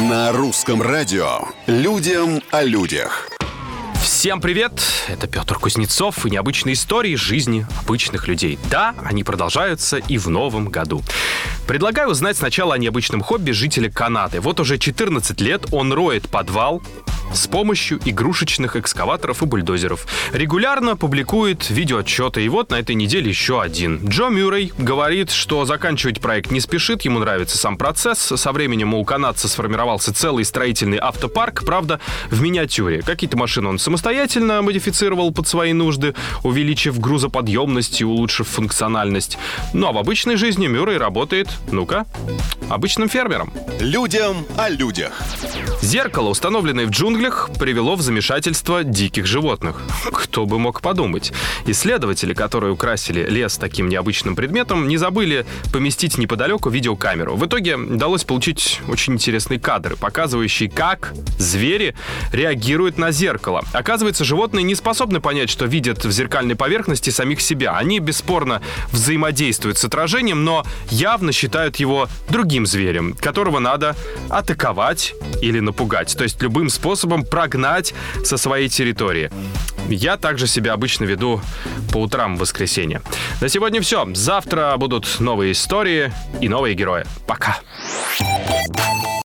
На русском радио «Людям о людях». Всем привет! Это Петр Кузнецов и необычные истории жизни обычных людей. Да, они продолжаются и в новом году. Предлагаю узнать сначала о необычном хобби жителя Канады. Вот уже 14 лет он роет подвал с помощью игрушечных экскаваторов и бульдозеров. Регулярно публикует видеоотчеты. И вот на этой неделе еще один. Джо Мюррей говорит, что заканчивать проект не спешит, ему нравится сам процесс. Со временем у канадца сформировался целый строительный автопарк, правда, в миниатюре. Какие-то машины он самостоятельно модифицировал под свои нужды, увеличив грузоподъемность и улучшив функциональность. Ну а в обычной жизни Мюррей работает, обычным фермером. Людям о людях. Зеркало, установленное в джунглях, привело в замешательство диких животных. Кто бы мог подумать. Исследователи, которые украсили лес таким необычным предметом, не забыли поместить неподалеку видеокамеру. В итоге удалось получить очень интересные кадры, показывающие, как звери реагируют на зеркало. Оказывается, животные не способны понять, что видят в зеркальной поверхности самих себя. Они бесспорно взаимодействуют с отражением, но явно считают его другим зверем, которого надо атаковать или напугать. То есть любым способом прогнать со своей территории. Я также себя обычно веду по утрам в воскресенье. На сегодня все. Завтра будут новые истории и новые герои. Пока.